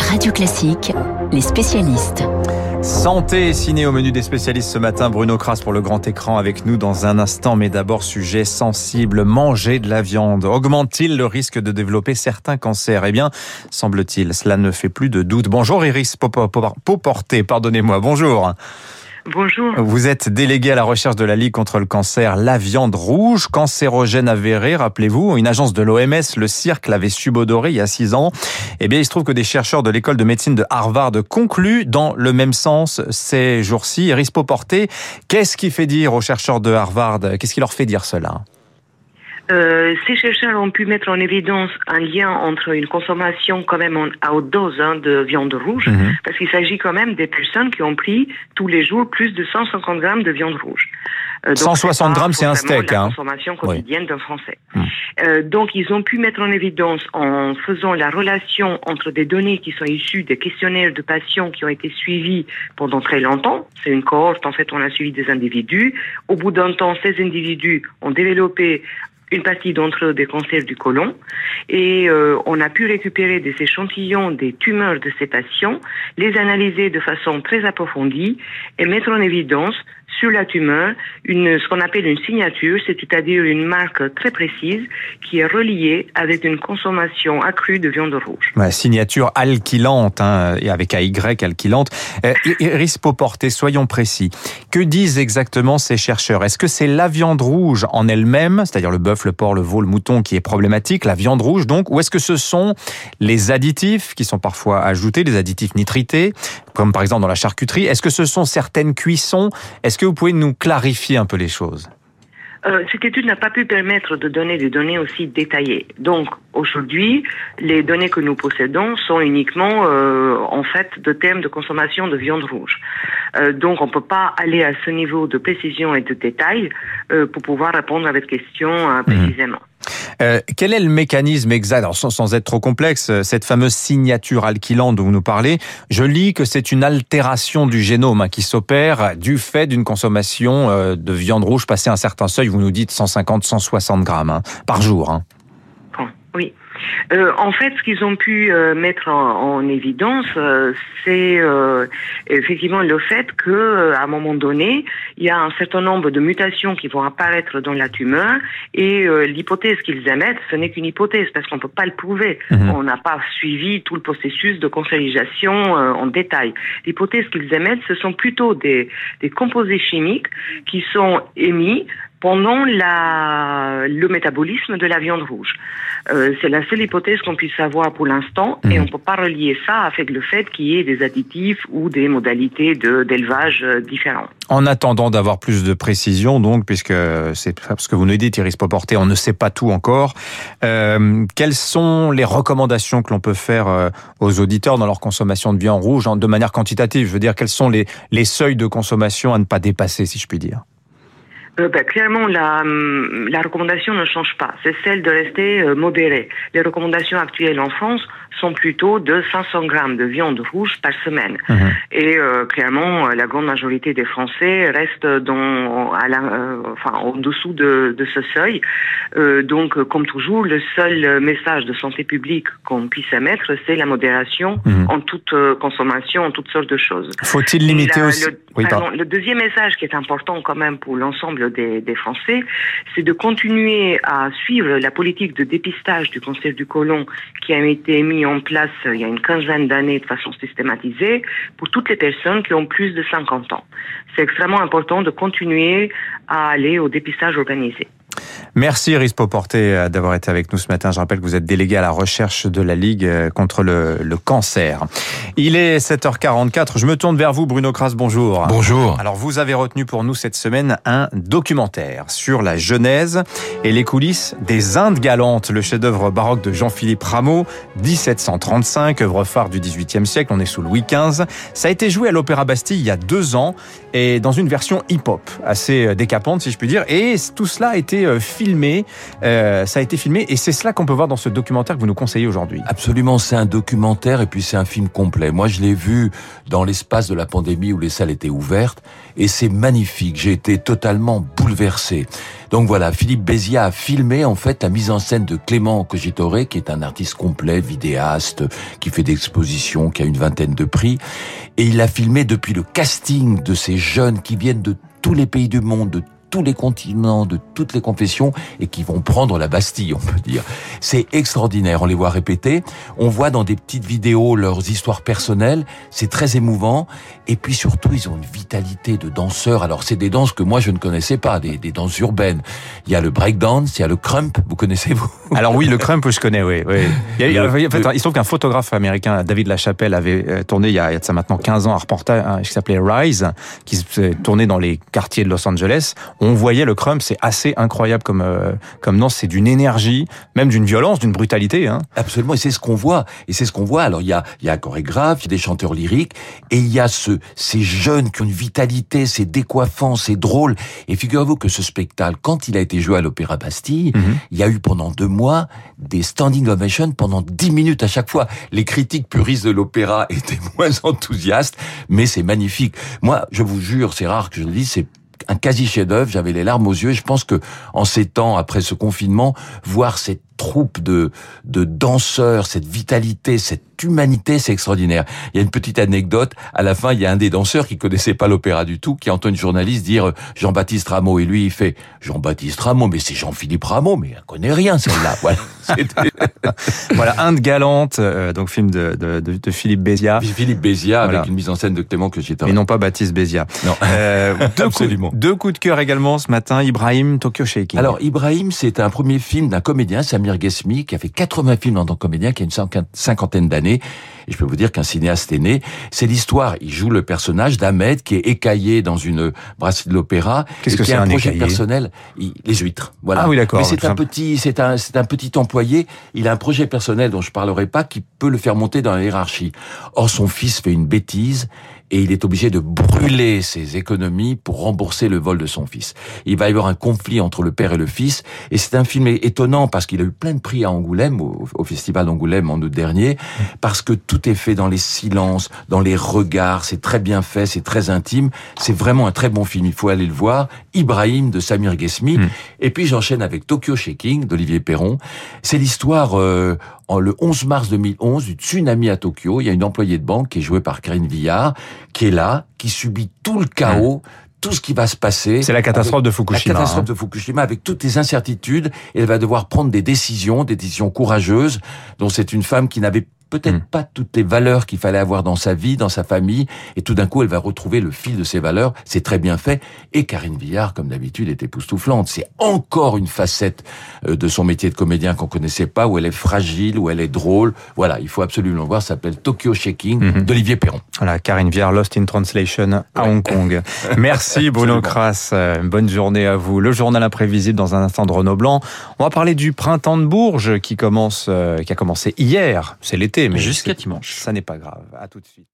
Radio Classique, les spécialistes. Santé ciné au menu des spécialistes ce matin. Bruno Crass pour le grand écran avec nous dans un instant. Mais d'abord, sujet sensible. Manger de la viande augmente-t-il le risque de développer certains cancers? Eh bien, semble-t-il, cela ne fait plus de doute. Bonjour Iris Pauporté, pardonnez-moi. Bonjour. Bonjour. Vous êtes délégué à la recherche de la Ligue contre le cancer. La viande rouge, cancérogène avérée, rappelez-vous, une agence de l'OMS, le CIRC, l'avait subodorée il y a 6 ans. Eh bien, il se trouve que des chercheurs de l'école de médecine de Harvard concluent dans le même sens ces jours-ci. Iris Pauporté, qu'est-ce qui fait dire aux chercheurs de Harvard? Qu'est-ce qui leur fait dire cela? Ces chercheurs ont pu mettre en évidence un lien entre une consommation quand même à haute dose de viande rouge, parce qu'il s'agit quand même des personnes qui ont pris tous les jours plus de 150 grammes de viande rouge. Donc 160 grammes, c'est un steak. La consommation quotidienne d'un Français. Donc ils ont pu mettre en évidence en faisant la relation entre des données qui sont issues des questionnaires de patients qui ont été suivis pendant très longtemps. C'est une cohorte, en fait, on a suivi des individus. Au bout d'un temps, ces individus ont développé une partie d'entre eux des cancers du côlon, et on a pu récupérer des échantillons des tumeurs de ces patients, les analyser de façon très approfondie et mettre en évidence sur la tumeur ce qu'on appelle une signature, c'est-à-dire une marque très précise qui est reliée avec une consommation accrue de viande rouge. Signature alkylante, et avec AY alkylante. Iris Pauporté, soyons précis. Que disent exactement ces chercheurs? Est-ce que c'est la viande rouge en elle-même, c'est-à-dire le bœuf, le porc, le veau, le mouton qui est problématique, la viande rouge donc, ou est-ce que ce sont les additifs qui sont parfois ajoutés, les additifs nitrités, comme par exemple dans la charcuterie? Est-ce que ce sont certaines cuissons? Est-ce que vous pouvez nous clarifier un peu les choses? Cette étude n'a pas pu permettre de donner des données aussi détaillées. Donc, aujourd'hui, les données que nous possédons sont uniquement, en fait, de termes de consommation de viande rouge. Donc, on peut pas aller à ce niveau de précision et de détail pour pouvoir répondre à votre question précisément. Quel est le mécanisme exact? Alors, sans être trop complexe, cette fameuse signature alkylante dont vous nous parlez, je lis que c'est une altération du génome qui s'opère du fait d'une consommation de viande rouge passée un certain seuil. Vous nous dites 150, 160 grammes par jour. Oui. En fait, ce qu'ils ont pu mettre en évidence, c'est effectivement le fait que, à un moment donné, il y a un certain nombre de mutations qui vont apparaître dans la tumeur, et l'hypothèse qu'ils émettent, ce n'est qu'une hypothèse parce qu'on peut pas le prouver. On n'a pas suivi tout le processus de cancérisation en détail. L'hypothèse qu'ils émettent, ce sont plutôt des composés chimiques qui sont émis pendant le métabolisme de la viande rouge. C'est la seule hypothèse qu'on puisse avoir pour l'instant, et on ne peut pas relier ça avec le fait qu'il y ait des additifs ou des modalités d'élevage différentes. En attendant d'avoir plus de précision, donc, puisque c'est ce que vous nous dites, Iris Pauporté, on ne sait pas tout encore, quelles sont les recommandations que l'on peut faire aux auditeurs dans leur consommation de viande rouge de manière quantitative? Je veux dire, quels sont les seuils de consommation à ne pas dépasser, si je puis dire? Clairement, la recommandation ne change pas. C'est celle de rester modéré. Les recommandations actuelles en France sont plutôt de 500 grammes de viande rouge par semaine. Et clairement, la grande majorité des Français restent en dessous de ce seuil. Donc, comme toujours, le seul message de santé publique qu'on puisse émettre, c'est la modération en toute consommation, en toutes sortes de choses. Faut-il limiter aussi? Le deuxième message qui est important quand même pour l'ensemble des Français, c'est de continuer à suivre la politique de dépistage du cancer du côlon qui a été mise en place il y a une quinzaine d'années de façon systématisée pour toutes les personnes qui ont plus de 50 ans. C'est extrêmement important de continuer à aller au dépistage organisé. Merci Iris Pauporté d'avoir été avec nous ce matin. Je rappelle que vous êtes délégué à la recherche de la Ligue contre le cancer. Il est 7h44. Je me tourne vers vous, Bruno Crass. Bonjour. Bonjour. Alors, vous avez retenu pour nous cette semaine un documentaire sur la Genèse et les coulisses des Indes galantes, le chef-d'œuvre baroque de Jean-Philippe Rameau, 1735, œuvre phare du XVIIIe siècle. On est sous Louis XV. Ça a été joué à l'Opéra Bastille il y a 2 ans et dans une version hip-hop assez décapante, si je puis dire. Et tout cela a été filmé. Ça a été filmé et c'est cela qu'on peut voir dans ce documentaire que vous nous conseillez aujourd'hui. Absolument, c'est un documentaire et puis c'est un film complet. Moi, je l'ai vu dans l'espace de la pandémie où les salles étaient ouvertes et c'est magnifique. J'ai été totalement bouleversé. Donc voilà, Philippe Béziat a filmé en fait la mise en scène de Clément Cogitore, qui est un artiste complet, vidéaste, qui fait d'expositions, qui a une 20aine de prix. Et il a filmé depuis le casting de ces jeunes qui viennent de tous les pays du monde, de tous les continents, de toutes les confessions, et qui vont prendre la Bastille, on peut dire. C'est extraordinaire, on les voit répéter, on voit dans des petites vidéos leurs histoires personnelles, c'est très émouvant, et puis surtout, ils ont une vitalité de danseurs. Alors, c'est des danses que moi, je ne connaissais pas, des danses urbaines. Il y a le breakdance, il y a le crump, vous connaissez-vous? Alors oui, le crump, je connais, oui. Il se trouve qu'un photographe américain, David Lachapelle, avait tourné, il y a de ça maintenant 15 ans, un reportage qui s'appelait Rise, qui se tournait dans les quartiers de Los Angeles. On voyait le crump, c'est assez incroyable comme danse, c'est d'une énergie, même d'une violence, d'une brutalité. Hein. Absolument, et c'est ce qu'on voit. Alors il y a un chorégraphe, il y a des chanteurs lyriques, et il y a ces jeunes qui ont une vitalité, c'est décoiffant, c'est drôle. Et figurez-vous que ce spectacle, quand il a été joué à l'Opéra Bastille, il y a eu pendant 2 mois des standing ovations pendant 10 minutes à chaque fois. Les critiques puristes de l'opéra étaient moins enthousiastes, mais c'est magnifique. Moi, je vous jure, c'est rare que je le dise, c'est un quasi chef-d'œuvre, j'avais les larmes aux yeux et je pense que en ces temps, après ce confinement, voir cette troupe de danseurs, cette vitalité, cette humanité, c'est extraordinaire. Il y a une petite anecdote, à la fin, il y a un des danseurs qui connaissait pas l'opéra du tout, qui entend une journaliste dire Jean-Baptiste Rameau, et lui il fait Jean-Baptiste Rameau, mais c'est Jean-Philippe Rameau, mais elle connaît rien celle-là. Voilà. Voilà, Inde galante, donc film de Philippe Béziat. Philippe Béziat, voilà. Avec une mise en scène de Clément Cogitore. Mais non pas Baptiste Béziat. Non. Absolument. Deux coups de cœur également ce matin, Ibrahim, Tokyo Shaking. Alors Ibrahim, c'est un premier film d'un comédien, Samir Ghesmi, qui a fait 80 films en tant que comédien, qui a une cinquantaine d'années. Et je peux vous dire qu'un cinéaste est né. C'est l'histoire, il joue le personnage d'Ahmed, qui est écaillé dans une brasserie de l'opéra. Qu'est-ce que c'est un projet écaillé personnel, les huîtres. Voilà. Ah oui, d'accord. Mais c'est un petit employé. Il a un projet personnel dont je parlerai pas, qui peut le faire monter dans la hiérarchie. Or, son fils fait une bêtise. Et il est obligé de brûler ses économies pour rembourser le vol de son fils. Il va y avoir un conflit entre le père et le fils. Et c'est un film étonnant parce qu'il a eu plein de prix à Angoulême, au Festival d'Angoulême en août dernier, parce que tout est fait dans les silences, dans les regards. C'est très bien fait, c'est très intime. C'est vraiment un très bon film. Il faut aller le voir. Ibrahim de Samir Ghesmi. Et puis j'enchaîne avec Tokyo Shaking d'Olivier Perron. C'est l'histoire... le 11 mars 2011, du tsunami à Tokyo, il y a une employée de banque qui est jouée par Karine Viard, qui est là, qui subit tout le chaos, tout ce qui va se passer. C'est la catastrophe de Fukushima. La catastrophe de Fukushima, avec toutes les incertitudes, et elle va devoir prendre des décisions courageuses, dont c'est une femme qui n'avait peut-être pas toutes les valeurs qu'il fallait avoir dans sa vie, dans sa famille, et tout d'un coup, elle va retrouver le fil de ses valeurs. C'est très bien fait. Et Karine Viard, comme d'habitude, est époustouflante. C'est encore une facette de son métier de comédien qu'on connaissait pas, où elle est fragile, où elle est drôle. Voilà, il faut absolument le voir. Ça s'appelle Tokyo Shaking d'Olivier Perron. Voilà, Karine Viard, Lost in Translation à Hong Kong. Merci Bruno Crass. Bonne journée à vous. Le journal imprévisible dans un instant de Renaud Blanc. On va parler du printemps de Bourges qui a commencé hier. C'est l'été. Mais jusqu'à dimanche. Ça n'est pas grave. À tout de suite.